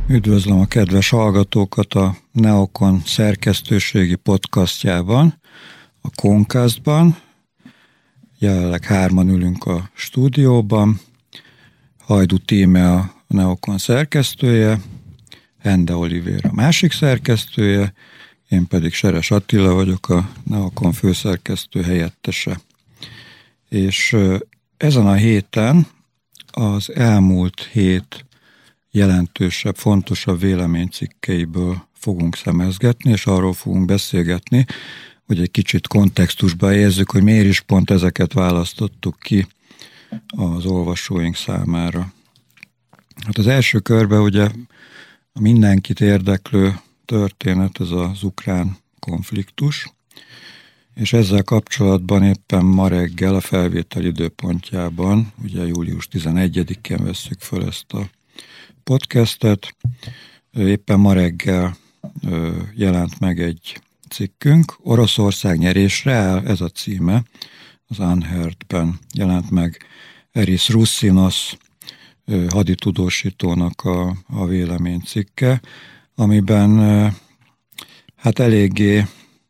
Üdvözlöm a kedves hallgatókat a Neokon szerkesztőségi podcastjában, a Concastban. Jelenleg 3-an ülünk a stúdióban. Hajdú Tíme a Neokon szerkesztője, Ende Olivér a másik szerkesztője, én pedig Seres Attila vagyok, a Neokon főszerkesztő helyettese. És ezen a héten az elmúlt hét jelentősebb, fontosabb véleménycikkeiből fogunk szemezgetni, és arról fogunk beszélgetni, hogy egy kicsit kontextusba érzük, hogy miért is pont ezeket választottuk ki az olvasóink számára. Hát az első körben ugye a mindenkit érdeklő történet, ez az ukrán konfliktus, és ezzel kapcsolatban éppen ma reggel a felvétel időpontjában, ugye július 11-én vesszük föl ezt a podcastet, éppen ma reggel jelent meg egy cikkünk, Oroszország nyerésre áll, ez a címe, az Unheard-ben jelent meg Eris Russinos haditudósítónak a véleménycikke, amiben hát eléggé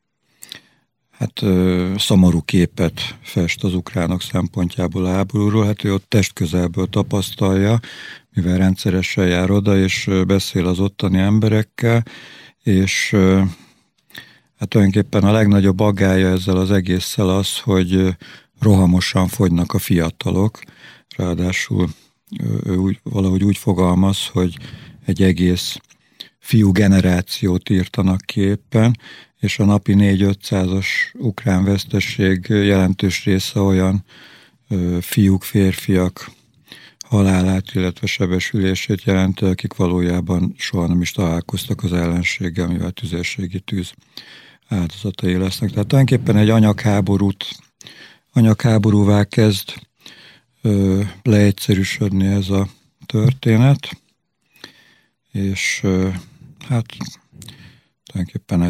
szomorú képet fest az ukránok szempontjából a háborúról. Hát ő ott testközelből tapasztalja, mivel rendszeresen jár oda, és beszél az ottani emberekkel, és hát tulajdonképpen a legnagyobb aggálya ezzel az egésszel az, hogy rohamosan fogynak a fiatalok. Ráadásul ő valahogy úgy fogalmaz, hogy egy egész fiú generációt írtanak ki éppen, és a napi 400-500-as ukrán veszteség jelentős része olyan fiúk, férfiak halálát, illetve sebesülését jelenti, akik valójában soha nem is találkoztak az ellenséggel, mivel tüzérségi tűz áldozatai lesznek. Tehát tulajdonképpen egy anyagháborúvá kezd leegyszerűsödni ez a történet, és hát tulajdonképpen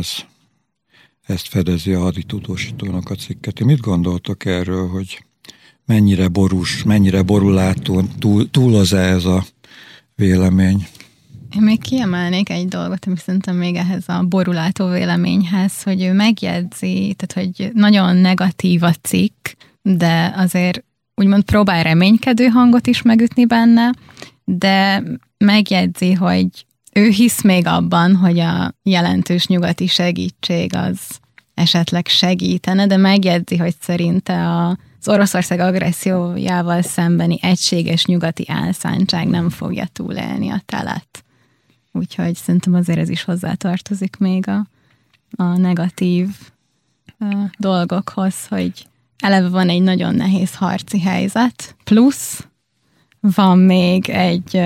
ezt fedezi a haditudósítónak a cikket. Mit gondoltok erről, hogy mennyire borús, mennyire borulátó, túloz-e ez a vélemény? Én még kiemelnék egy dolgot, ami szerintem még ehhez a borulátó véleményhez, hogy ő megjegyzi, tehát hogy nagyon negatív a cikk, de azért úgymond próbál reménykedő hangot is megütni benne, de megjegyzi, hogy ő hisz még abban, hogy a jelentős nyugati segítség az esetleg segítene, de megjegyzi, hogy szerinte az Oroszország agressziójával szembeni egységes nyugati elszántság nem fogja túlélni a telet. Úgyhogy szerintem azért ez is hozzátartozik még a negatív dolgokhoz, hogy eleve van egy nagyon nehéz harci helyzet, plusz van még egy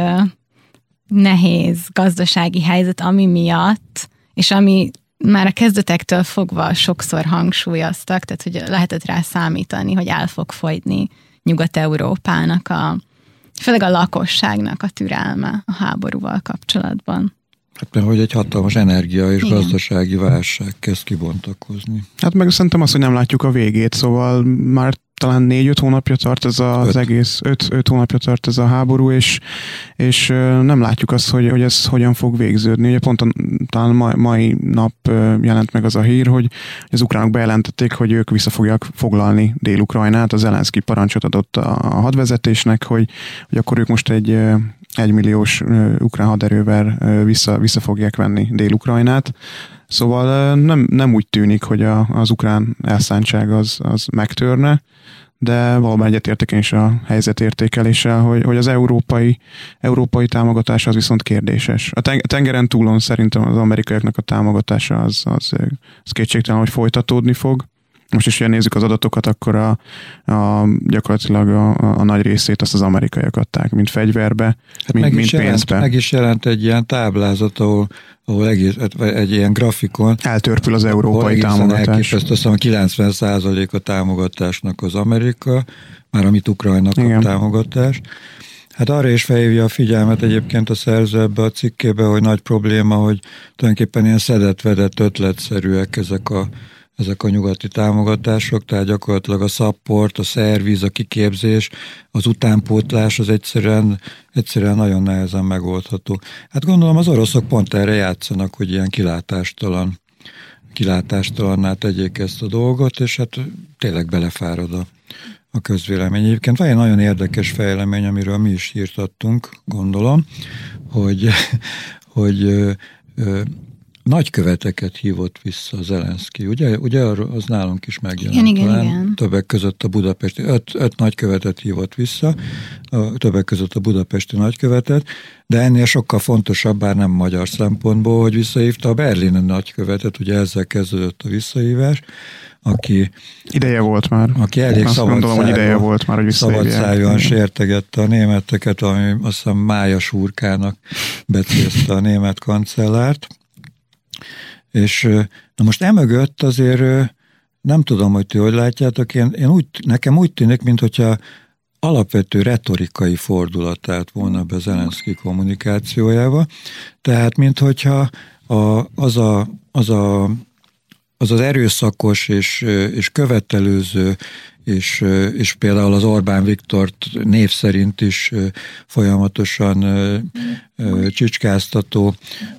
nehéz gazdasági helyzet, ami miatt, és ami már a kezdetektől fogva sokszor hangsúlyoztak, tehát hogy lehetett rá számítani, hogy el fog fogyni Nyugat-Európának, főleg a lakosságnak a türelme a háborúval kapcsolatban. Hát mert hogy egy hatalmas energia és gazdasági válság kezd kibontakozni. Hát meg szerintem azt, hogy nem látjuk a végét, szóval már talán 4-5 hónapja tart ez az egész, 5 hónapja tart ez a háború, és nem látjuk azt, hogy ez hogyan fog végződni. Ugye pont talán mai nap jelent meg az a hír, hogy az ukránok bejelentették, hogy ők vissza fogják foglalni Dél-Ukrajnát. Az Zelenszky parancsot adott a hadvezetésnek, hogy akkor ők most egy 1 milliós ukrán haderővel vissza fogják venni Dél-Ukrajnát. Szóval nem úgy tűnik, hogy az ukrán elszántság az megtörne, de valóban egyetértek én is a helyzetértékeléssel, hogy az európai támogatás az viszont kérdéses. A tengeren túlon szerintem az amerikaiaknak a támogatása az kétségtelen, hogy folytatódni fog. Most is, ha nézzük az adatokat, akkor gyakorlatilag a nagy részét azt az amerikaiak adták, mint fegyverbe, mint pénzbe. Meg is jelent egy ilyen táblázat, ahol egy ilyen grafikon. Eltörpül az európai támogatás. Azt hiszem, 90% a támogatásnak az Amerika, már amit Ukrajnak a támogatás. Hát arra is felhívja a figyelmet egyébként a szerző ebbe a cikkébe, hogy nagy probléma, hogy tulajdonképpen ilyen szedett-vedett ötletszerűek ezek a ezek a nyugati támogatások, tehát gyakorlatilag a support, a szerviz, a kiképzés, az utánpótlás az egyszerűen nagyon nehezen megoldható. Hát gondolom az oroszok pont erre játszanak, hogy ilyen kilátástalanná tegyék ezt a dolgot, és hát tényleg belefárad a közvélemény. Egyébként van egy nagyon érdekes fejlemény, amiről mi is írtattunk, gondolom, hogy nagyköveteket hívott vissza Zelenszky. Ugye az nálunk is megjelent. Igen. Többek között a budapesti, 5 nagykövetet hívott vissza, többek között a budapesti nagykövetet, de ennél sokkal fontosabb, bár nem magyar szempontból, hogy visszahívta a berlini nagykövetet, ugye ezzel kezdődött a visszahívás, aki ideje volt már. Aki elég szabadszájúan sértegette a németeket, ami azt hiszem májas hurkának becézte a német kancellárt. És na most emögött azért nem tudom, hogy ti hogy látjátok, nekem úgy tűnik, mintha alapvető retorikai fordulat volna be Zelenszky kommunikációjába, tehát minthogyha az erőszakos és követelőző, és például az Orbán Viktort név szerint is folyamatosan csicskáztató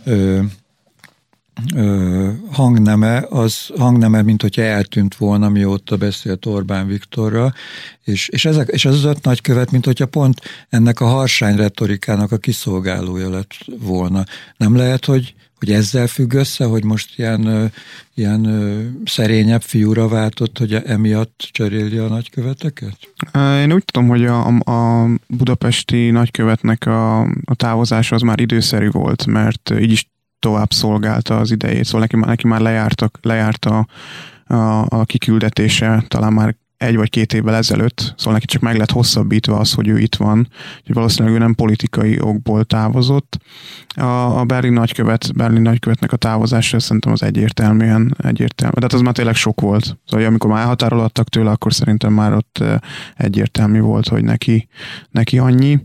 hangneme, mint hogyha eltűnt volna, mióta beszélt Orbán Viktorral, és ez az 5 nagykövet, mint hogyha pont ennek a harsány retorikának a kiszolgálója lett volna. Nem lehet, hogy ezzel függ össze, hogy most ilyen szerényebb fiúra váltott, hogy emiatt cseréli a nagyköveteket? Én úgy tudom, hogy a budapesti nagykövetnek a távozása az már időszerű volt, mert így is tovább szolgálta az idejét, szóval neki már lejárt a kiküldetése, talán már 1 vagy 2 évvel ezelőtt, szóval neki csak meg lett hosszabbítva az, hogy ő itt van, hogy valószínűleg ő nem politikai okból távozott. A berlin nagykövetnek a távozása szerintem az egyértelmű, de hát az már tényleg sok volt. Szóval amikor már elhatárolattak tőle, akkor szerintem már ott egyértelmű volt, hogy neki annyi.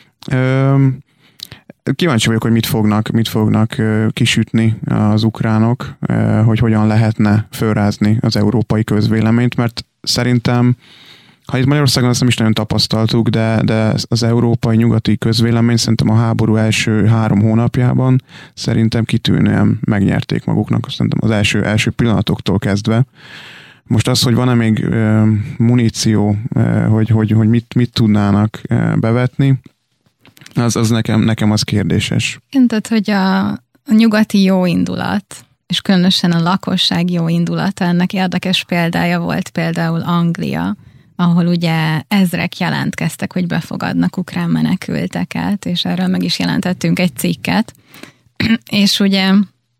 Kíváncsi vagyok, hogy mit fognak kisütni az ukránok, hogy hogyan lehetne fölrázni az európai közvéleményt, mert szerintem, ha itt Magyarországon ezt nem is nagyon tapasztaltuk, de az európai nyugati közvélemény szerintem a háború első 3 hónapjában szerintem kitűnően megnyerték maguknak, szerintem az első pillanatoktól kezdve. Most az, hogy van-e még muníció, hogy mit tudnának bevetni, az nekem az kérdéses. Tehát, hogy a nyugati jóindulat, és különösen a lakosság jóindulata, ennek érdekes példája volt például Anglia, ahol ugye ezrek jelentkeztek, hogy befogadnak ukrán menekülteket, és erről meg is jelentettünk egy cikket. És ugye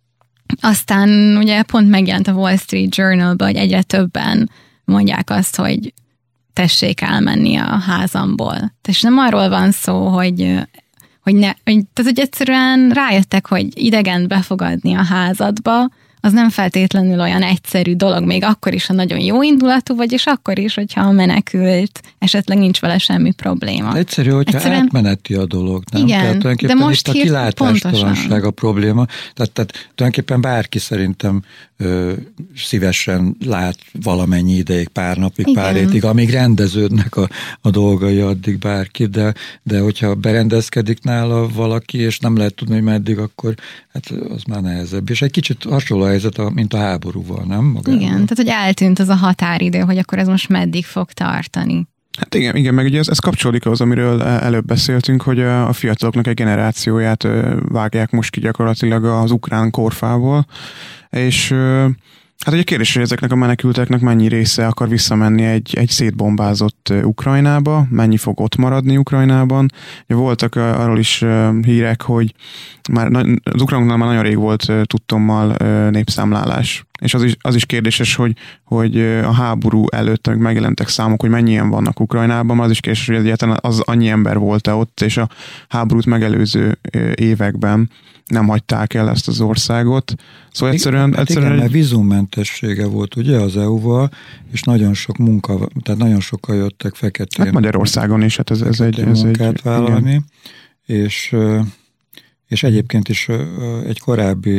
aztán ugye pont megjelent a Wall Street Journal-ban, hogy egyre többen mondják azt, hogy tessék elmenni a házamból. És nem arról van szó, hogy egyszerűen rájöttek, hogy idegent befogadni a házadba, az nem feltétlenül olyan egyszerű dolog, még akkor is, ha nagyon jó indulatú vagy, és akkor is, hogyha a menekült, esetleg nincs vele semmi probléma. Egyszerű, hogyha átmeneti a dolog, nem? Igen, tehát de most itt a kilátástalanság a probléma. Tehát tulajdonképpen bárki szerintem szívesen lát valamennyi ideig, pár napig, igen, pár hétig, amíg rendeződnek a dolgai, addig bárki, de hogyha berendezkedik nála valaki, és nem lehet tudni, hogy meddig, akkor hát az már nehezebb. És egy kicsit hasonló helyzet, mint a háborúval, nem? Magában. Igen, tehát hogy eltűnt az a határidő, hogy akkor ez most meddig fog tartani. Hát igen, meg ugye ez kapcsolódik az, amiről előbb beszéltünk, hogy a fiataloknak egy generációját vágják most ki gyakorlatilag az ukrán korfából, és hát ugye kérdés, hogy ezeknek a menekülteknek mennyi része akar visszamenni egy szétbombázott Ukrajnába, mennyi fog ott maradni Ukrajnában. Ugye voltak arról is hírek, hogy már az ukránoknál már nagyon rég volt tudtommal népszámlálás. És az is kérdéses, hogy a háború előtt, amíg megjelentek számok, hogy mennyien vannak Ukrajnában, az is kérdéses, hogy egyáltalán az annyi ember volt-e ott, és a háborút megelőző években nem hagyták el ezt az országot. Szóval egyszerűen mert vízummentessége volt ugye az EU-val, és nagyon sok tehát nagyon sokan jöttek feketén. Hát Magyarországon is, hát ez egy munkát vállalni, és egyébként is egy korábbi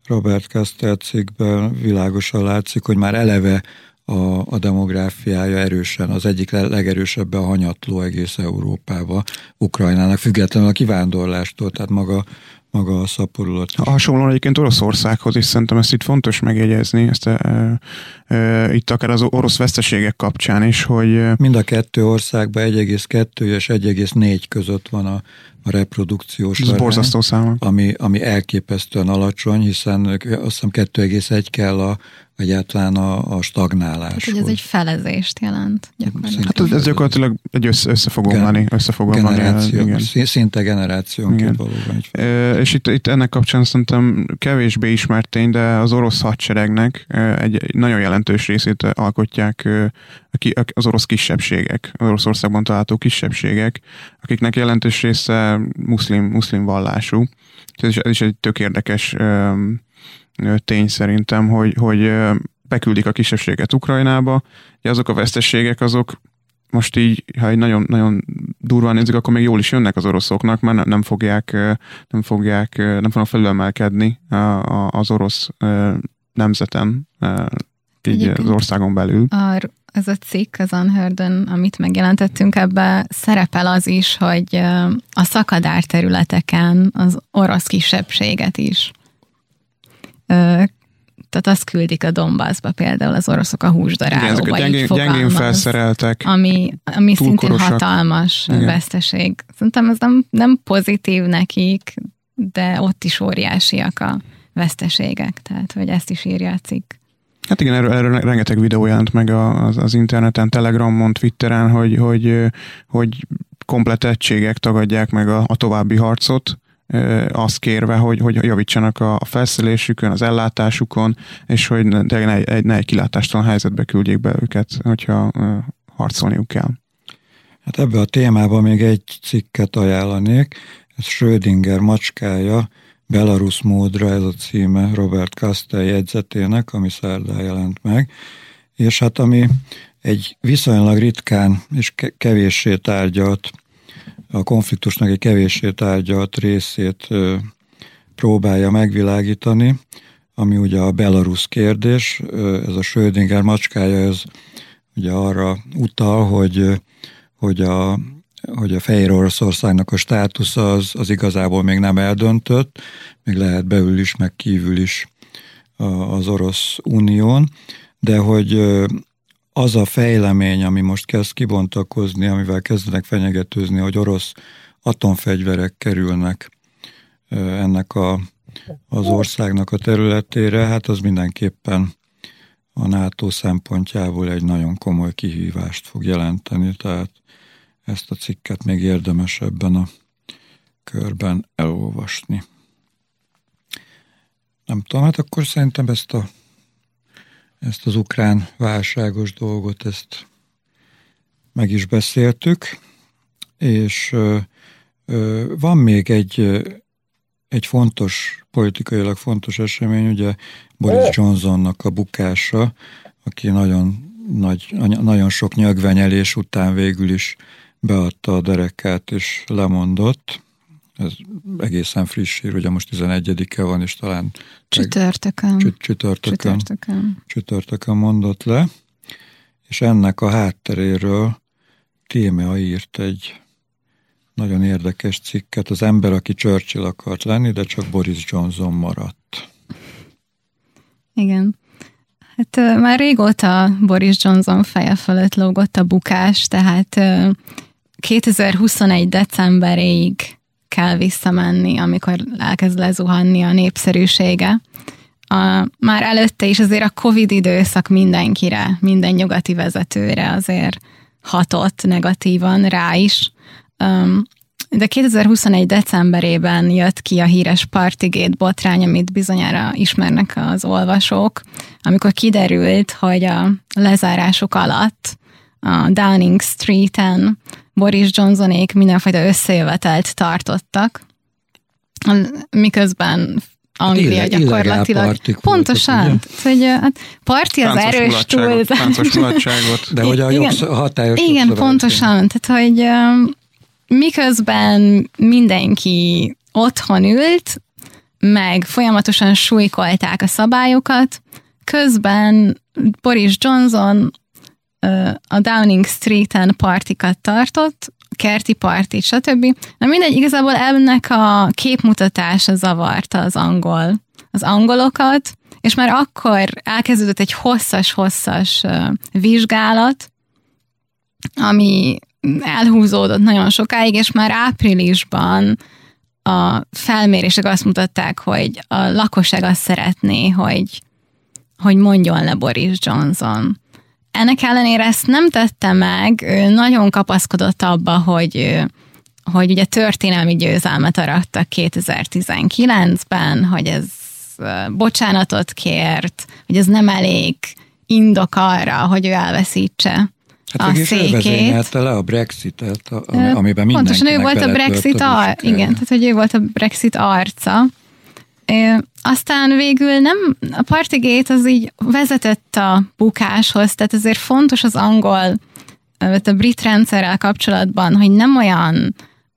Robert Castell cikkben világosan látszik, hogy már eleve a demográfiája erősen, az egyik legerősebben hanyatló egész Európába, Ukrajnának függetlenül a kivándorlástól, tehát maga a szaporulat. Hasonlóan egyébként Oroszországhoz is szerintem ezt itt fontos megjegyezni, ezt itt akár az orosz veszteségek kapcsán is, hogy... Mind a kettő országban 1,2 és 1,4 között van a reprodukciós arány. Ez borzasztó száma. Ami elképesztően alacsony, hiszen azt hiszem 2,1 kell egyáltalán a stagnáláshoz. Hát, hogy ez egy felezést jelent. Hát ez gyakorlatilag egy összefogomlani. Generáció, szinte generációnként valóban. És itt ennek kapcsán szerintem kevésbé ismert tény, de az orosz hadseregnek egy nagyon jelentős részét alkotják az orosz kisebbségek, az Oroszországban található kisebbségek, akiknek jelentős része muszlim vallású. Ez is egy tök érdekes tény szerintem, hogy beküldik a kisebbséget Ukrajnába, de azok a veszteségek, azok most így, ha egy nagyon, nagyon durván nézzük, akkor még jól is jönnek az oroszoknak, mert nem fognak felülemelkedni az orosz nemzeten, így az országon belül. Ez a cikk, az Unheard-en, amit megjelentettünk, ebben szerepel az is, hogy a szakadár területeken az orosz kisebbséget is. Tehát azt küldik a Donbassba például az oroszok a húsdarálóba. Gyengén felszereltek. Ami szintén hatalmas veszteség. Szerintem ez nem pozitív nekik, de ott is óriásiak a veszteségek. Tehát, hogy ezt is írja a cikk. Hát igen, erről rengeteg videó jelent meg az interneten, Telegramon, Twitteren, hogy komplett egységek tagadják meg a további harcot, azt kérve, hogy javítsanak a felszerelésükön, az ellátásukon, és hogy ne egy kilátástalan helyzetbe küldjék be őket, hogyha harcolniuk kell. Hát ebbe a témában még egy cikket ajánlanék, ez Schrödinger macskája, Belarus módra, ez a címe Robert Castell jegyzetének, ami szerdán jelent meg, és hát ami egy viszonylag ritkán és kevéssé tárgyalt, a konfliktusnak egy kevéssé tárgyalt részét próbálja megvilágítani, ami ugye a Belarus kérdés, ez a Schrödinger macskája, ez ugye arra utal, hogy a Fehér Oroszországnak a státusza az igazából még nem eldöntött, még lehet belül is, meg kívül is az Orosz Unión, de hogy az a fejlemény, ami most kezd kibontakozni, amivel kezdenek fenyegetőzni, hogy orosz atomfegyverek kerülnek ennek az országnak a területére, hát az mindenképpen a NATO szempontjából egy nagyon komoly kihívást fog jelenteni, tehát ezt a cikket még érdemes ebben a körben elolvasni. Nem tudom, hát akkor szerintem ezt az ukrán válságos dolgot, ezt meg is beszéltük, és van még egy fontos, politikailag fontos esemény, ugye Boris Johnsonnak a bukása, aki nagyon sok nyögvenyelés után végül is beadta a derekát és lemondott. Ez egészen friss hír, ugye most 11-e van, és talán csütörtökön mondott le, és ennek a hátteréről Tímea írt egy nagyon érdekes cikket, az ember, aki Churchill akart lenni, de csak Boris Johnson maradt. Igen. Hát már régóta Boris Johnson feje fölött lógott a bukás, tehát 2021. decemberéig kell visszamenni, amikor elkezd lezuhanni a népszerűsége. Már előtte is azért a Covid időszak mindenkire, minden nyugati vezetőre azért hatott negatívan rá is. De 2021. decemberében jött ki a híres Partygate botrány, amit bizonyára ismernek az olvasók, amikor kiderült, hogy a lezárások alatt a Downing Street-en Boris Johnsonék mindenfajta összejövetelt tartottak, miközben Anglia gyakorlatilag... Pontosan, hogy hát parti az erős túlzás. De hogy a hatályos... Igen, pontosan. Tehát, hogy miközben mindenki otthon ült, meg folyamatosan súlykolták a szabályokat, közben Boris Johnson a Downing Street-en partikat tartott, kerti partit, stb. Na mindegy, igazából ennek a képmutatása zavarta az angolokat, és már akkor elkezdődött egy hosszas vizsgálat, ami elhúzódott nagyon sokáig, és már áprilisban a felmérések azt mutatták, hogy a lakosság azt szeretné, hogy mondjon le Boris Johnson. Ennek ellenére ezt nem tette meg, ő nagyon kapaszkodott abba, hogy ugye történelmi győzelmet arattak 2019-ben, hogy ez bocsánatot kért, hogy ez nem elég indok arra, hogy ő elveszítse a székét. Vezényelte le a Brexitet, amiben mindenkinek pontosan ő volt a Brexit igen, tehát hogy ő volt a Brexit arca. Aztán végül nem, a Partygate az így vezetett a bukáshoz, tehát ezért fontos az angol, a brit rendszerrel kapcsolatban, hogy nem olyan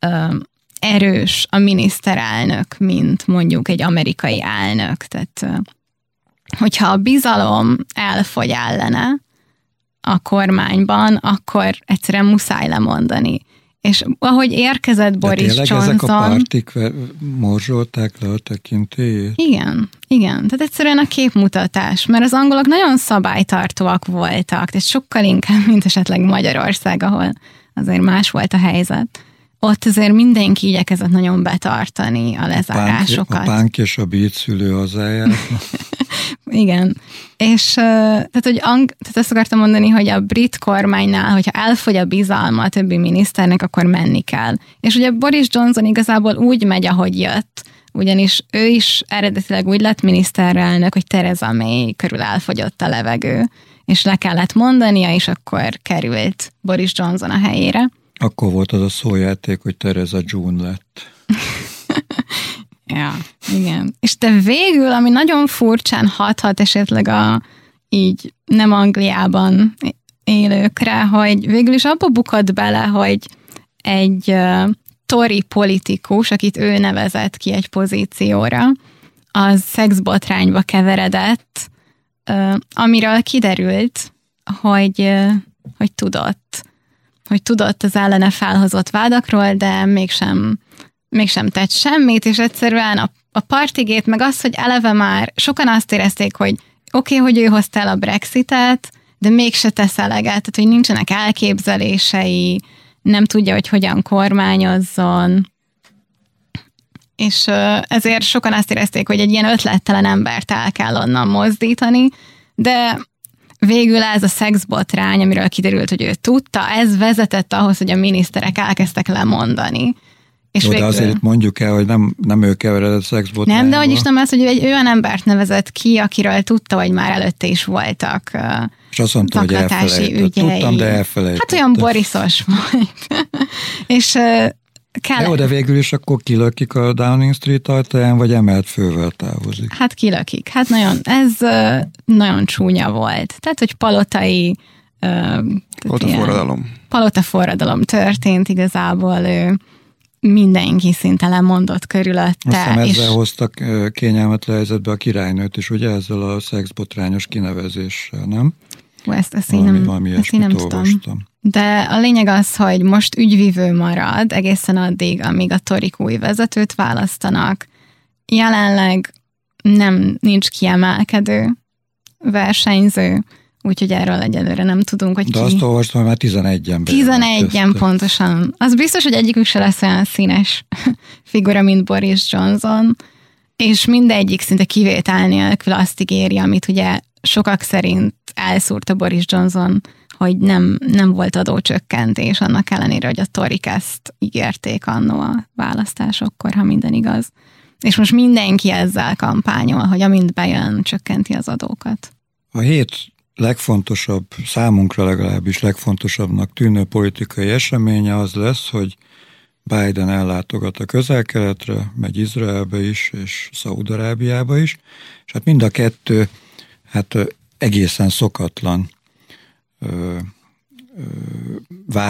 erős a miniszterelnök, mint mondjuk egy amerikai elnök. Tehát hogyha a bizalom elfogy ellene a kormányban, akkor egyszerűen muszáj lemondani. És ahogy érkezett Boris Johnson... ezek a pártik morzsolták le a tekintélyét? Igen. Tehát egyszerűen a képmutatás, mert az angolok nagyon szabálytartóak voltak, és sokkal inkább, mint esetleg Magyarország, ahol azért más volt a helyzet. Ott azért mindenki igyekezett nagyon betartani a lezárásokat. A pánk és a bíd szülő hazáját. Igen. És tehát azt akartam mondani, hogy a brit kormánynál, hogyha elfogy a bizalma a többi miniszternek, akkor menni kell. És ugye Boris Johnson igazából úgy megy, ahogy jött, ugyanis ő is eredetileg úgy lett miniszterelnök, hogy Theresa May körül elfogyott a levegő, és le kellett mondania, és akkor került Boris Johnson a helyére. Akkor volt az a szójáték, hogy Theresa June lett. Ja, igen. És de végül, ami nagyon furcsán hathat esetleg így nem Angliában élőkre, hogy végül is abba bukott bele, hogy egy Tory politikus, akit ő nevezett ki egy pozícióra, az szexbotrányba keveredett, amiről kiderült, hogy tudott az ellene felhozott vádakról, de mégsem tett semmit, és egyszerűen a Partygate, meg az, hogy eleve már sokan azt érezték, hogy oké, hogy ő hozta el a Brexitet, de mégse tesz eleget, tehát hogy nincsenek elképzelései, nem tudja, hogy hogyan kormányozzon, és ezért sokan azt érezték, hogy egy ilyen ötlettelen embert el kell onnan mozdítani, de végül ez a szexbotrány, amiről kiderült, hogy ő tudta, ez vezetett ahhoz, hogy a miniszterek elkezdtek lemondani. És jó, de azért mondjuk el, hogy nem ő keveredett szexbotrányba. Nem, de hogy is nem az, hogy ő egy olyan embert nevezett ki, akiről tudta, hogy már előtte is voltak és azt mondta, hogy elfelejtett. Tudtam, de elfelejtett. Hát olyan boriszos volt. És jó, de végül is akkor kilökik a Downing Street ajtaján, vagy emelt fővel távozik? Hát kilökik. Hát ez nagyon csúnya volt. Tehát, hogy palotaforradalom történt igazából, mindenki szinte lemondott körülötte. Aztán ezzel hoztak kényelmetlen helyzetbe a királynőt is, ugye ezzel a szexbotrányos kinevezéssel, nem? Ezt én nem tudom. De a lényeg az, hogy most ügyvivő marad egészen addig, amíg a torik új vezetőt választanak. Jelenleg nincs kiemelkedő versenyző, úgyhogy erről egyelőre nem tudunk, hogy de ki. De azt olvastam, már 11-en 11-en pontosan. Az biztos, hogy egyikük se lesz olyan színes figura, mint Boris Johnson, és mindegyik szinte kivétel nélkül azt ígéri, amit ugye sokak szerint elszúrta Boris Johnson, hogy nem volt adócsökkentés, annak ellenére, hogy a torik ezt ígérték annó a választásokkor, ha minden igaz. És most mindenki ezzel kampányol, hogy amint bejön, csökkenti az adókat. A hét legfontosabb, számunkra legalábbis legfontosabbnak tűnő politikai eseménye az lesz, hogy Biden ellátogat a Közel-Keletre, megy Izraelbe is, és Szaúd-Arábiába is, és hát mind a kettő egészen szokatlan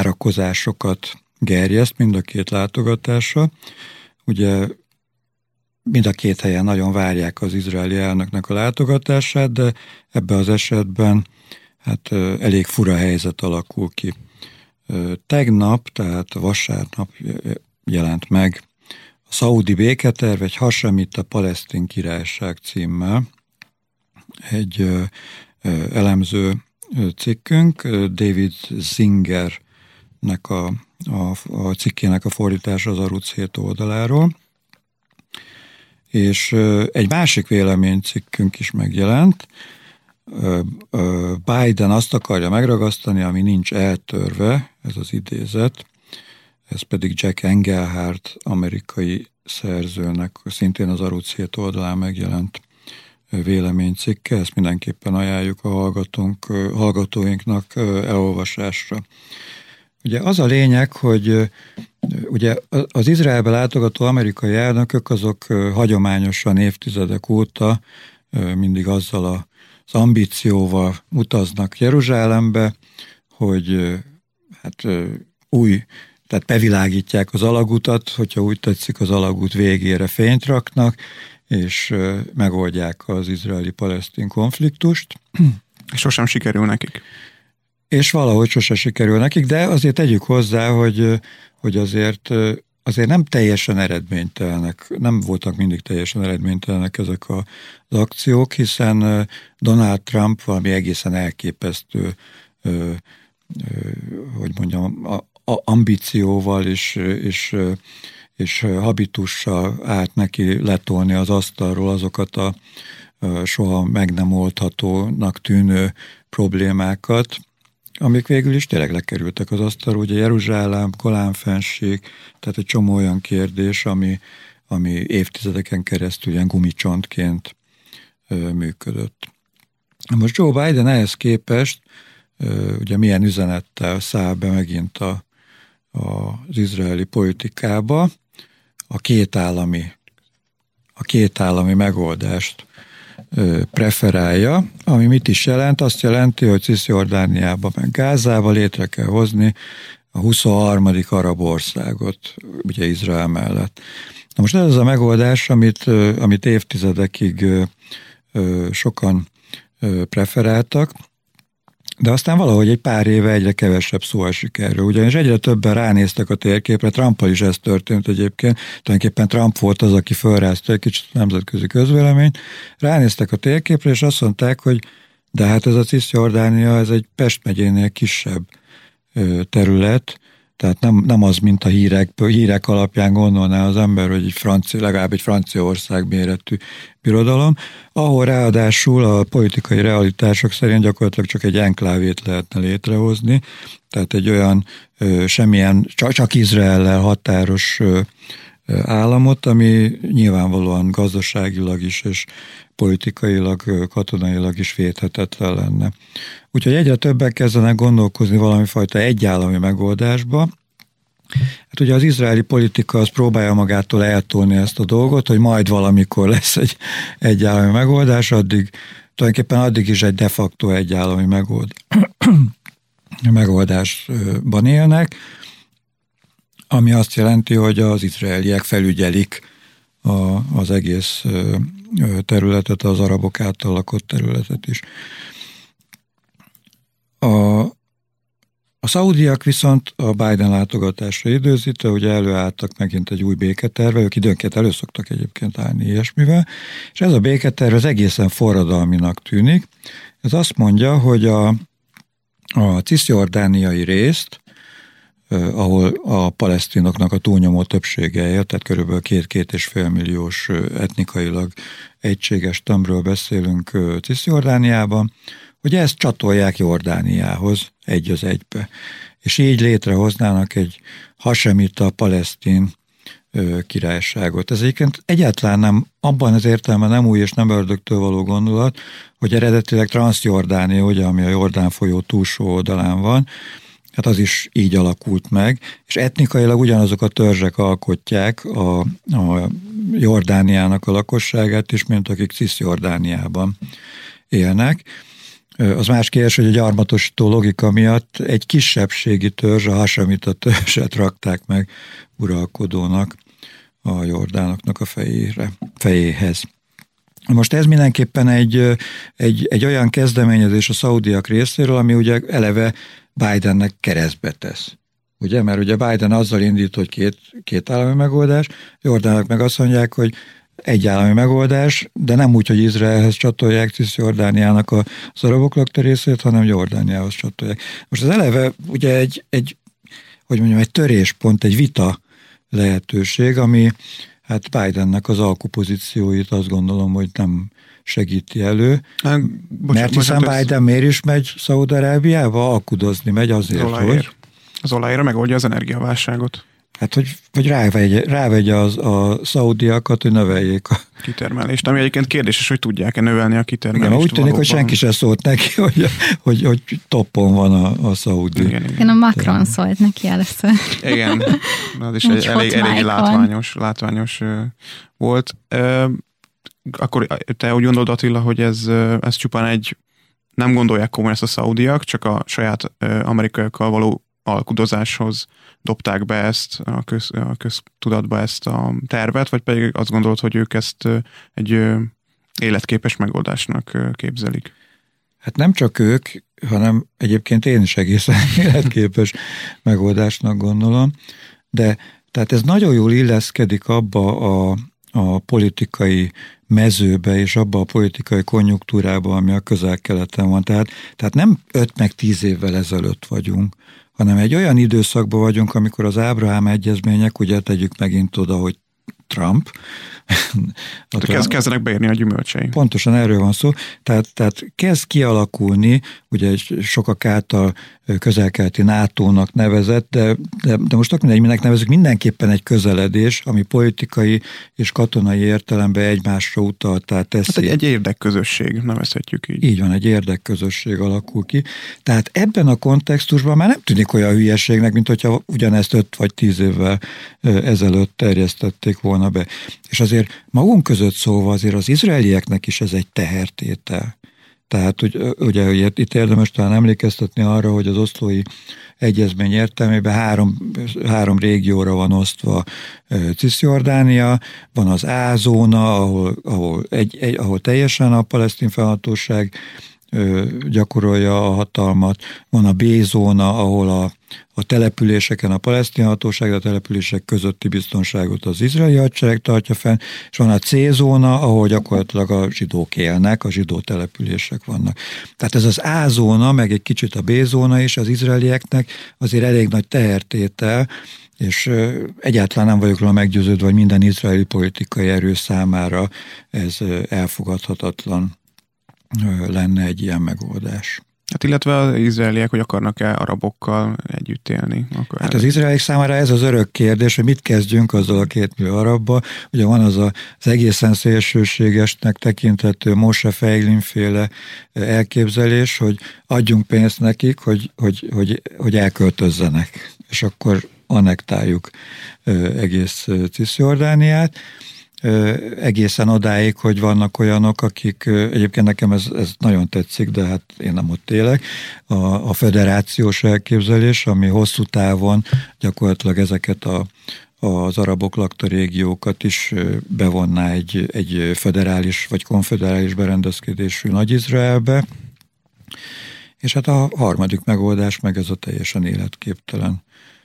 várakozásokat gerjeszt mind a két látogatása. Ugye mind a két helyen nagyon várják az izraeli elnöknek a látogatását, de ebben az esetben hát elég fura helyzet alakul ki. Tegnap, tehát vasárnap jelent meg a szaudi béketerv, egy Hasamita palesztin királyság címmel, egy elemző cikkünk, David Zingernek a cikkének a fordítása az Aruc 7 oldaláról, és egy másik véleménycikkünk is megjelent. Biden azt akarja megragasztani, ami nincs eltörve, ez az idézet, ez pedig Jack Engelhardt, amerikai szerzőnek, szintén az Aruc 7 oldalán megjelent véleménycikke, ezt mindenképpen ajánljuk a hallgatóinknak elolvasásra. Ugye az a lényeg, hogy ugye az Izraelbe látogató amerikai elnökök azok hagyományosan évtizedek óta mindig azzal az ambícióval utaznak Jeruzsálembe, hogy hát tehát bevilágítják az alagutat, hogyha úgy tetszik, az alagút végére fényt raknak, és megoldják az izraeli-palesztin konfliktust. És sosem sikerül nekik. És valahogy sosem sikerül nekik, de azért tegyük hozzá, hogy azért nem teljesen eredménytelenek, nem voltak mindig teljesen eredménytelenek ezek az akciók, hiszen Donald Trump valami egészen elképesztő, hogy mondjam, ambícióval és habitussal állt neki letolni az asztalról azokat a soha meg nem oldhatónak tűnő problémákat, amik végül is tényleg lekerültek az asztalról. Ugye Jeruzsálem, Golán-fennsík, tehát egy csomó olyan kérdés, ami évtizedeken keresztül ilyen gumicsontként működött. Most Joe Biden ehhez képest ugye milyen üzenettel száll be megint az izraeli politikába, a két állami megoldást preferálja, ami mit is jelent? Azt jelenti, hogy Cisjordániába meg Gázába létre kell hozni a 23. arab országot, ugye Izrael mellett. Na most ez az a megoldás, amit évtizedekig sokan preferáltak, de aztán valahogy egy pár éve egyre kevesebb szó esik erről. Ugyanis egyre többen ránéztek a térképre, Trumppal is ez történt egyébként, tulajdonképpen Trump volt az, aki felrázta egy kicsit a nemzetközi közvéleményt, ránéztek a térképre, és azt mondták, hogy de hát ez a Cisjordánia, ez egy Pest megyénél kisebb terület, tehát nem az, mint a hírek alapján gondolná az ember, hogy legalább egy Franciaország méretű birodalom, ahol ráadásul a politikai realitások szerint gyakorlatilag csak egy enklávét lehetne létrehozni, tehát egy olyan semmilyen, csak Izraellel határos államot, ami nyilvánvalóan gazdaságilag is és politikailag, katonailag is védhetetlen lenne. Úgyhogy egyre többek kezdenek gondolkozni valamifajta egyállami megoldásba. Hát ugye az izraeli politika az próbálja magától eltolni ezt a dolgot, hogy majd valamikor lesz egy egyállami megoldás, tulajdonképpen is egy de facto egyállami megoldásban élnek, ami azt jelenti, hogy az izraeliek felügyelik az egész területet, az arabok által lakott területet is. A szaudiak viszont a Biden látogatásra időzítve, ugye előálltak megint egy új béketerve, ők időnként elő szoktak egyébként állni ilyesmivel, és ez a béketerv az egészen forradalminak tűnik. Ez azt mondja, hogy a cisjordániai részt, ahol a palesztinoknak a túlnyomó többsége él, tehát körülbelül 2-2,5 milliós etnikailag egységes tömbről beszélünk Cisjordániában, hogy ezt csatolják Jordániához egy az egybe. És így létrehoznának egy hasemita palesztin királyságot. Ez egyáltalán nem, abban az értelemben nem új és nem ördögtől való gondolat, hogy eredetileg Transjordánia, ugye, ami a Jordán folyó túlsó oldalán van, hát az is így alakult meg, és etnikailag ugyanazok a törzsek alkotják a Jordániának a lakosságát is, mint akik Cisjordániában élnek. Az más kérdés, hogy a gyarmatosító logika miatt egy kisebbségi törzs, a hasamita törzset rakták meg uralkodónak a jordánoknak a fejéhez. Most ez mindenképpen egy olyan kezdeményezés a szaudiak részéről, ami ugye eleve Bidennek keresztbe tesz. Ugye, mert ugye Biden azzal indít, hogy két állami megoldás, Jordánok meg azt mondják, hogy egy állami megoldás, de nem úgy, hogy Izraelhez csatolják Cisjordániának az arabok lakta részét, hanem Jordániához csatolják. Most az eleve ugye egy töréspont, egy vita lehetőség, ami hát Bidennek az alkupozícióit azt gondolom, hogy nem segíti elő. Mert hiszen Biden miért is megy Szaúd-Arábiába? Alkudozni megy azért, hogy... Az olajra megoldja az energiaválságot. Hát, hogy rávegye a szaudiakat, hogy növeljék a kitermelést. Ami egyébként kérdéses, hogy tudják-e növelni a kitermelést. Igen, úgy tűnik, hogy senki sem szólt neki, hogy toppon van a szaudi. Igen, a Macron szólt neki először. Igen, az is elég látványos volt. Akkor te úgy gondolod, Attila, hogy ez csupán nem gondolják komolyan ezt a szaudiak, csak a saját amerikaiakkal való alkudozáshoz dobták be ezt a köztudatba ezt a tervet, vagy pedig azt gondolod, hogy ők ezt egy életképes megoldásnak képzelik? Hát nem csak ők, hanem egyébként én is egészen életképes megoldásnak gondolom, de tehát ez nagyon jól illeszkedik abba a politikai mezőbe és abba a politikai konjunktúrába, ami a Közel-Keleten van. Tehát nem 5 meg 10 évvel ezelőtt vagyunk, hanem egy olyan időszakban vagyunk, amikor az Ábrahám egyezmények, ugye tegyük megint oda, hogy Trump. Kezdenek beérni a gyümölcsei. Pontosan erről van szó. Tehát kezd kialakulni, ugye egy sokak által közel-keleti NATO-nak nevezett, de most tök mindegy, minek nevezük, mindenképpen egy közeledés, ami politikai és katonai értelemben egymásra utaltá teszi. Hát egy érdekközösség, nevezhetjük így. Így van, egy érdekközösség alakul ki. Tehát ebben a kontextusban már nem tűnik olyan hülyeségnek, mint hogyha ugyanezt 5 vagy 10 évvel ezelőtt terjesztették volna be. És azért magunk között szólva azért az izraelieknek is ez egy tehertétel. Tehát ugye itt érdemes talán emlékeztetni arra, hogy az oszlói egyezmény értelmében három régióra van osztva Cisjordánia, van az A-zóna, ahol teljesen a palesztin fennhatóság gyakorolja a hatalmat, van a B-zóna, ahol a településeken a palesztin hatóság, a települések közötti biztonságot az izraeli hadsereg tartja fenn, és van a C-zóna, ahol gyakorlatilag a zsidók élnek, a zsidó települések vannak. Tehát ez az A-zóna, meg egy kicsit a B-zóna is az izraelieknek azért elég nagy tehertétel, és egyáltalán nem vagyok róla meggyőződve, hogy minden izraeli politikai erő számára ez elfogadhatatlan lenne egy ilyen megoldás. Hát illetve az izraeliek, hogy akarnak-e arabokkal együtt élni? Hát az izraeliek számára ez az örök kérdés, hogy mit kezdjünk azzal a 2 millió arabbal. Ugye van az egészen szélsőségesnek tekinthető Moshe Feiglin féle elképzelés, hogy adjunk pénzt nekik, hogy elköltözzenek, és akkor annektáljuk egész Cisjordániát. Egészen odáig, hogy vannak olyanok, akik, egyébként nekem ez nagyon tetszik, de hát én nem ott élek, a föderációs elképzelés, ami hosszú távon gyakorlatilag ezeket az arabok lakta régiókat is bevonná egy föderális vagy konfederális berendezkedésű Nagy-Izraelbe, és hát a harmadik megoldás meg ez a teljesen életképtelen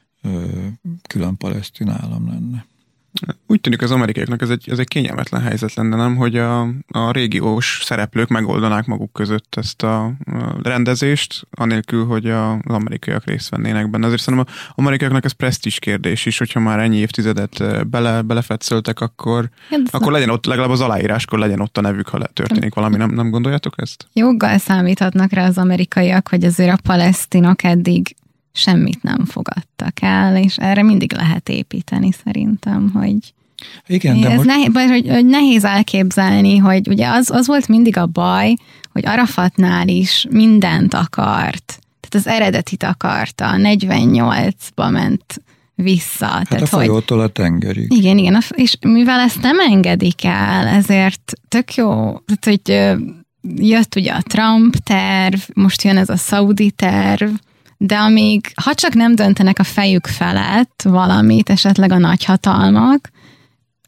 külön palesztin állam lenne. Úgy tűnik az amerikaiaknak ez egy kényelmetlen helyzet lenne, nem, hogy a régiós szereplők megoldanák maguk között ezt a rendezést, anélkül, hogy az amerikaiak részt vennének benne. Azért szerintem az amerikaiaknak ez presztízs kérdés is, hogyha már ennyi évtizedet belefetszöltek, akkor legyen ott, legalább az aláíráskor legyen ott a nevük, ha történik valami. Nem gondoljátok ezt? Joggal számíthatnak rá az amerikaiak, hogy azért a palesztinok eddig semmit nem fogadtak el, és erre mindig lehet építeni szerintem, hogy igen, de hogy nehéz elképzelni, hogy ugye az volt mindig a baj, hogy Arafatnál is mindent akart. Tehát az eredetit akarta, 48-ba ment vissza. Hát tehát, a folyótól a tengerig. Igen, és mivel ezt nem engedik el, ezért tök jó, tehát, hogy jött ugye a Trump terv, most jön ez a szaudi terv, de amíg, ha csak nem döntenek a fejük felett valamit, esetleg a nagyhatalmak,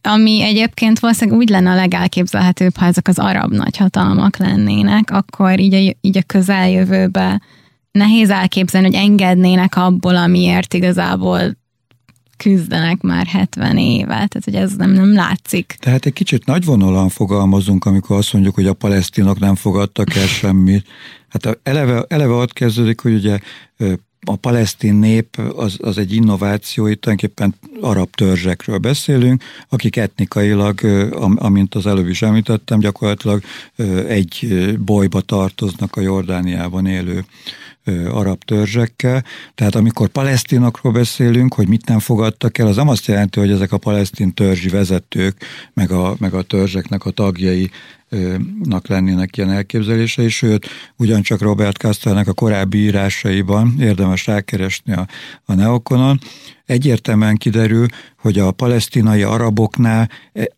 ami egyébként valószínűleg úgy lenne a legelképzelhetőbb, ha ezek az arab nagyhatalmak lennének, akkor így a közeljövőben nehéz elképzelni, hogy engednének abból, amiért igazából küzdenek már 70 éve, tehát hogy ez nem látszik. Tehát egy kicsit nagyvonalan fogalmazunk, amikor azt mondjuk, hogy a palesztinok nem fogadtak el semmit. Hát eleve ott kezdődik, hogy ugye a palesztin nép az egy innováció, itt tulajdonképpen arab törzsekről beszélünk, akik etnikailag, amint az előbb is említettem, gyakorlatilag egy bolyba tartoznak a Jordániában élő arab törzsekkel. Tehát amikor palesztinokról beszélünk, hogy mit nem fogadtak el, az nem azt jelenti, hogy ezek a palesztin törzsi vezetők, meg a törzseknek a tagjai lennének ilyen elképzelései, sőt, ugyancsak Robert Kastelnek a korábbi írásaiban, érdemes rákeresni a Neokonon, egyértelműen kiderül, hogy a palesztinai araboknál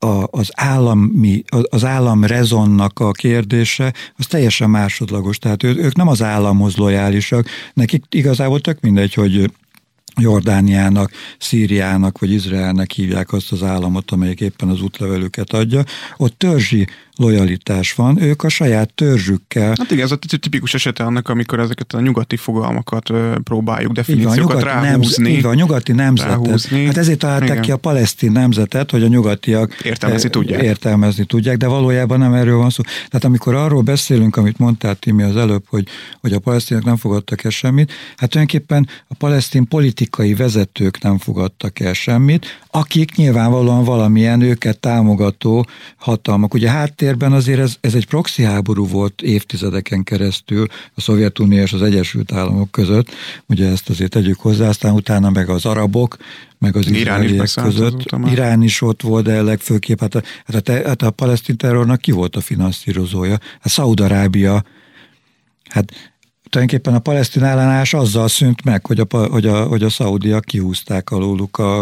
az állam rezonnak a kérdése az teljesen másodlagos, tehát ők nem az államhoz lojálisak, nekik igazából tök mindegy, hogy Jordániának, Szíriának vagy Izraelnek hívják azt az államot, amelyik éppen az útlevelüket adja. Ott törzsi lojalitás van, ők a saját törzsükkel. Hát igen, ez a tipikus esete annak, amikor ezeket a nyugati fogalmakat próbáljuk, definíciókat ráhúzni. A nyugati nemzetet. Hát ezért találták ki a palesztin nemzetet, hogy a nyugatiak értelmezni tudják, de valójában nem erről van szó. Tehát amikor arról beszélünk, amit mondtál, Timi, az előbb, hogy a palesztinok nem fogadtak el semmit, hát tulajdonképpen a palesztin politikai vezetők nem fogadtak el semmit, akik nyilvánvalóan valamilyen őket támogató hatalmak. Ugye háttérben azért ez egy proxy háború volt évtizedeken keresztül a Szovjetunió és az Egyesült Államok között, ugye ezt azért tegyük hozzá, aztán utána meg az arabok, meg az izraeliek között. Irán is ott volt, de legfőképp, hát a palesztin terrornak ki volt a finanszírozója? Hát Szaúd-Arábia, hát tulajdonképpen a palesztin ellenállás azzal szűnt meg, hogy a szaudiak kihúzták alóluk a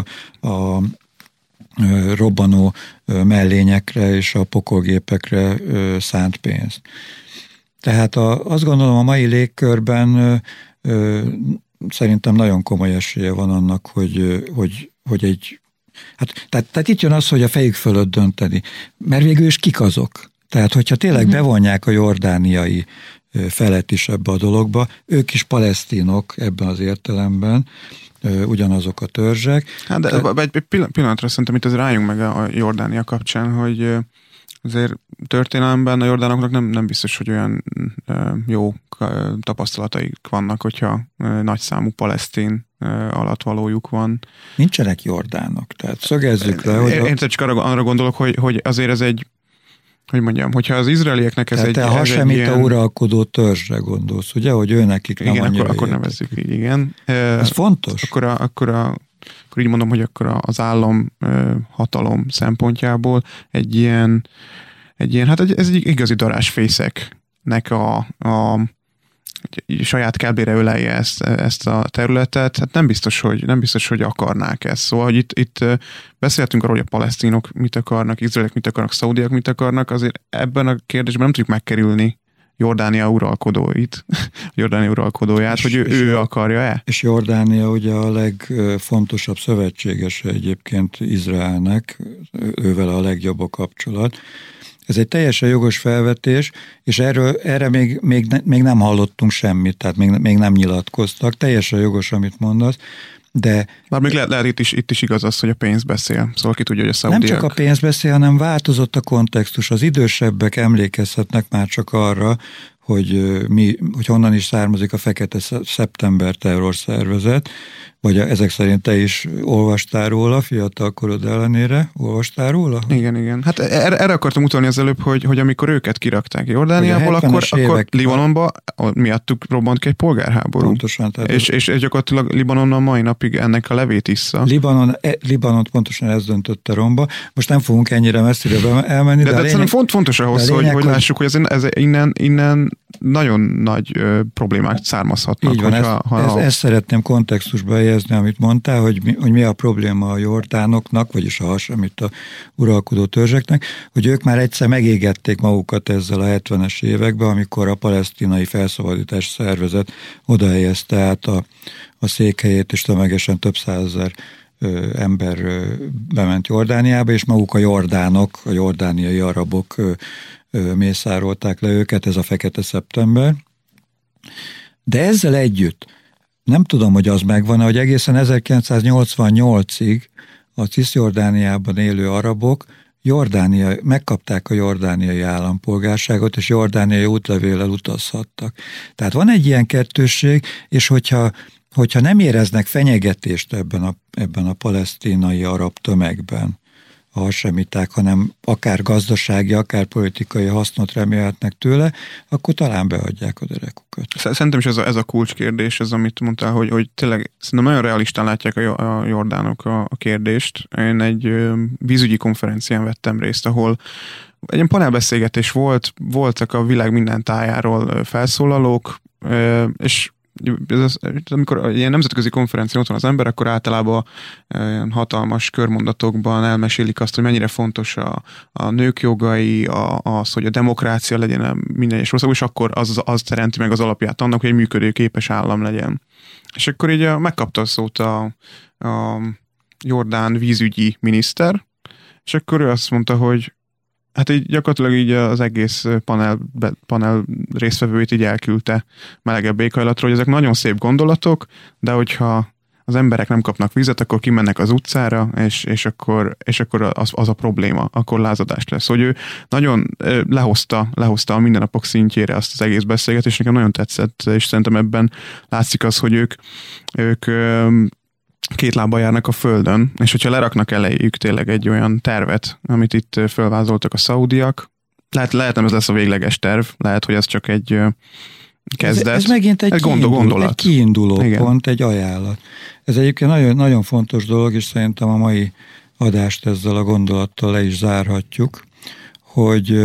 robbanó mellényekre és a pokolgépekre szánt pénzt. Tehát azt gondolom, a mai légkörben szerintem nagyon komoly esélye van annak, hogy egy... Tehát itt jön az, hogy a fejük fölött dönteni. Mert végül is kik azok? Tehát, hogyha tényleg bevonják a jordániai felet is ebbe a dologba, ők is palesztinok ebben az értelemben, ugyanazok a törzsek. Hát de egy pillanatra szerintem itt az rájunk meg a Jordánia kapcsán, hogy azért történelemben a jordánoknak nem biztos, hogy olyan jó tapasztalataik vannak, hogyha nagyszámú palesztin alattvalójuk van. Nincsenek jordánok, tehát szögezzük le, hogy... Én csak arra gondolok, hogy azért ez egy, hogy mondjam, hogyha az izraelieknek ez tehát egy... Tehát ha semmit a uralkodó törzsre gondolsz, ugye, hogy ő nekik nem annyira akkor nevezzük így, igen. Ez fontos. Akkor így mondom, hogy akkor az állam hatalom szempontjából egy ilyen hát ez egy igazi darásfészeknek a saját kelbére ölelje ezt a területet, hát nem biztos, hogy akarnák ezt. Szóval, hogy itt beszéltünk arról, hogy a palesztinok mit akarnak, izraeliek mit akarnak, szaudiak mit akarnak, azért ebben a kérdésben nem tudjuk megkerülni Jordánia uralkodóját, hogy ő akarja-e? És Jordánia ugye a legfontosabb szövetségese egyébként Izraelnek, ővel a legjobb a kapcsolat. Ez egy teljesen jogos felvetés, és erre még nem hallottunk semmit, tehát még nem nyilatkoztak. Teljesen jogos, amit mondasz, de... Bár még lehet itt is igaz az, hogy a pénz beszél. Szóval ki tudja, hogy a szaudiak... Nem csak a pénz beszél, hanem változott a kontextus. Az idősebbek emlékezhetnek már csak arra, hogy honnan is származik a Fekete Szeptember terrorszervezet, vagy ezek szerint te is olvastál róla, fiatal korod ellenére, olvastál róla? Igen. Hát erre akartam utalni az előbb, hogy amikor őket kirakták Jordániából, akkor Libanonba miattuk robbant ki egy polgárháború. Pontosan. És gyakorlatilag Libanon a mai napig ennek a levét issza. Libanont pontosan ez döntötte romba. Most nem fogunk ennyire messzire elmenni. De lényeg, fontos ahhoz, hogy lássuk, hogy ez innen nagyon nagy problémák származhatnak. Így van, ezt szeretném kontextusba helyezni, amit mondtál, hogy mi a probléma a jordánoknak, vagyis a hasamit a uralkodó törzseknek, hogy ők már egyszer megégették magukat ezzel a 70-es években, amikor a palesztinai felszabadítás szervezet odahelyezte át a székhelyét, és tömegesen több százezer ember bement Jordániába, és maguk a jordánok, a jordániai arabok mészárolták le őket, ez a Fekete Szeptember. De ezzel együtt, nem tudom, hogy az megvan, hogy egészen 1988-ig a Cisjordániában élő arabok megkapták a jordániai állampolgárságot, és jordániai útlevéllel utazhattak. Tehát van egy ilyen kettősség, és hogyha nem éreznek fenyegetést ebben a palesztinai arab tömegben, a hasemiták, hanem akár gazdasági, akár politikai hasznot remélhetnek tőle, akkor talán beadják a derekukat. Szerintem is ez a kulcskérdés, ez amit mondtál, hogy tényleg szerintem nagyon realistán látják a jordánok a kérdést. Én egy vízügyi konferencián vettem részt, ahol egy ilyen panelbeszélgetés voltak a világ minden tájáról felszólalók, és amikor ilyen nemzetközi konferencián ott van az ember, akkor általában ilyen hatalmas körmondatokban elmesélik azt, hogy mennyire fontos a nők jogai, az, hogy a demokrácia legyen minden egyes országban, és akkor az teremti meg az alapját annak, hogy egy működőképes állam legyen. És akkor így megkapta a szót a jordán vízügyi miniszter, és akkor ő azt mondta, hogy hát így gyakorlatilag így az egész panel résztvevőit így elküldte melegebb éghajlatra, hogy ezek nagyon szép gondolatok, de hogyha az emberek nem kapnak vizet, akkor kimennek az utcára, és akkor az a probléma, akkor lázadás lesz. Hogy ő nagyon lehozta a mindennapok szintjére azt az egész beszélgetést, nekem nagyon tetszett, és szerintem ebben látszik az, hogy ők két lábbal járnak a földön, és hogyha leraknak elejük tényleg egy olyan tervet, amit itt fölvázoltak a szaudiak, lehet nem ez lesz a végleges terv, lehet, hogy ez csak egy kezdet. Ez megint egy kiinduló pont, egy ajánlat. Ez egyébként nagyon, nagyon fontos dolog, és szerintem a mai adást ezzel a gondolattal le is zárhatjuk, hogy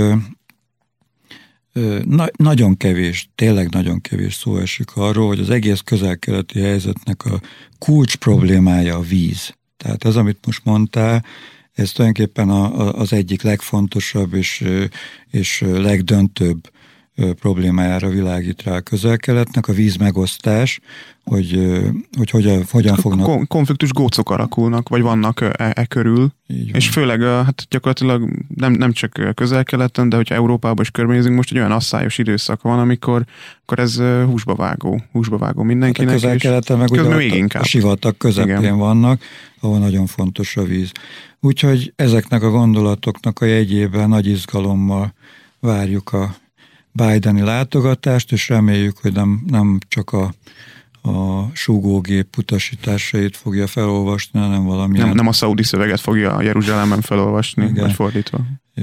nagyon kevés, tényleg nagyon kevés szó esik arról, hogy az egész közel-keleti helyzetnek a kulcs problémája a víz. Tehát ez, amit most mondtál, ez tulajdonképpen az egyik legfontosabb és legdöntőbb problémájára világít rá a közel-keletnek, a vízmegosztás, hogy hogyan fognak... Konfliktus gócok alakulnak, vagy vannak körül, és főleg hát gyakorlatilag nem csak közel-keleten, de hogyha Európában is körbenézünk, most egy olyan asszályos időszak van, amikor ez húsba vágó mindenkinek. Hát a közel-keleten meg ugye a sivatag közepén vannak, ahol nagyon fontos a víz. Úgyhogy ezeknek a gondolatoknak a jegyében nagy izgalommal várjuk a Bideni látogatást, és reméljük, hogy nem csak a súgógép utasításait fogja felolvasni, hanem valamilyen... Nem a szaudi szöveget fogja Jeruzsálemben felolvasni, igen, vagy fordítva.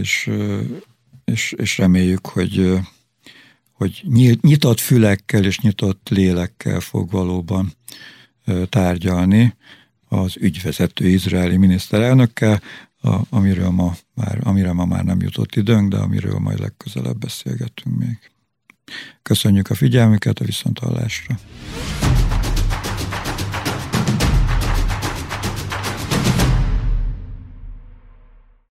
És reméljük, hogy nyitott fülekkel és nyitott lélekkel fog valóban tárgyalni az ügyvezető izraeli miniszterelnökkel, amire ma már nem jutott időnk, de amiről majd legközelebb beszélgetünk még. Köszönjük a figyelmüket, a viszonthallásra!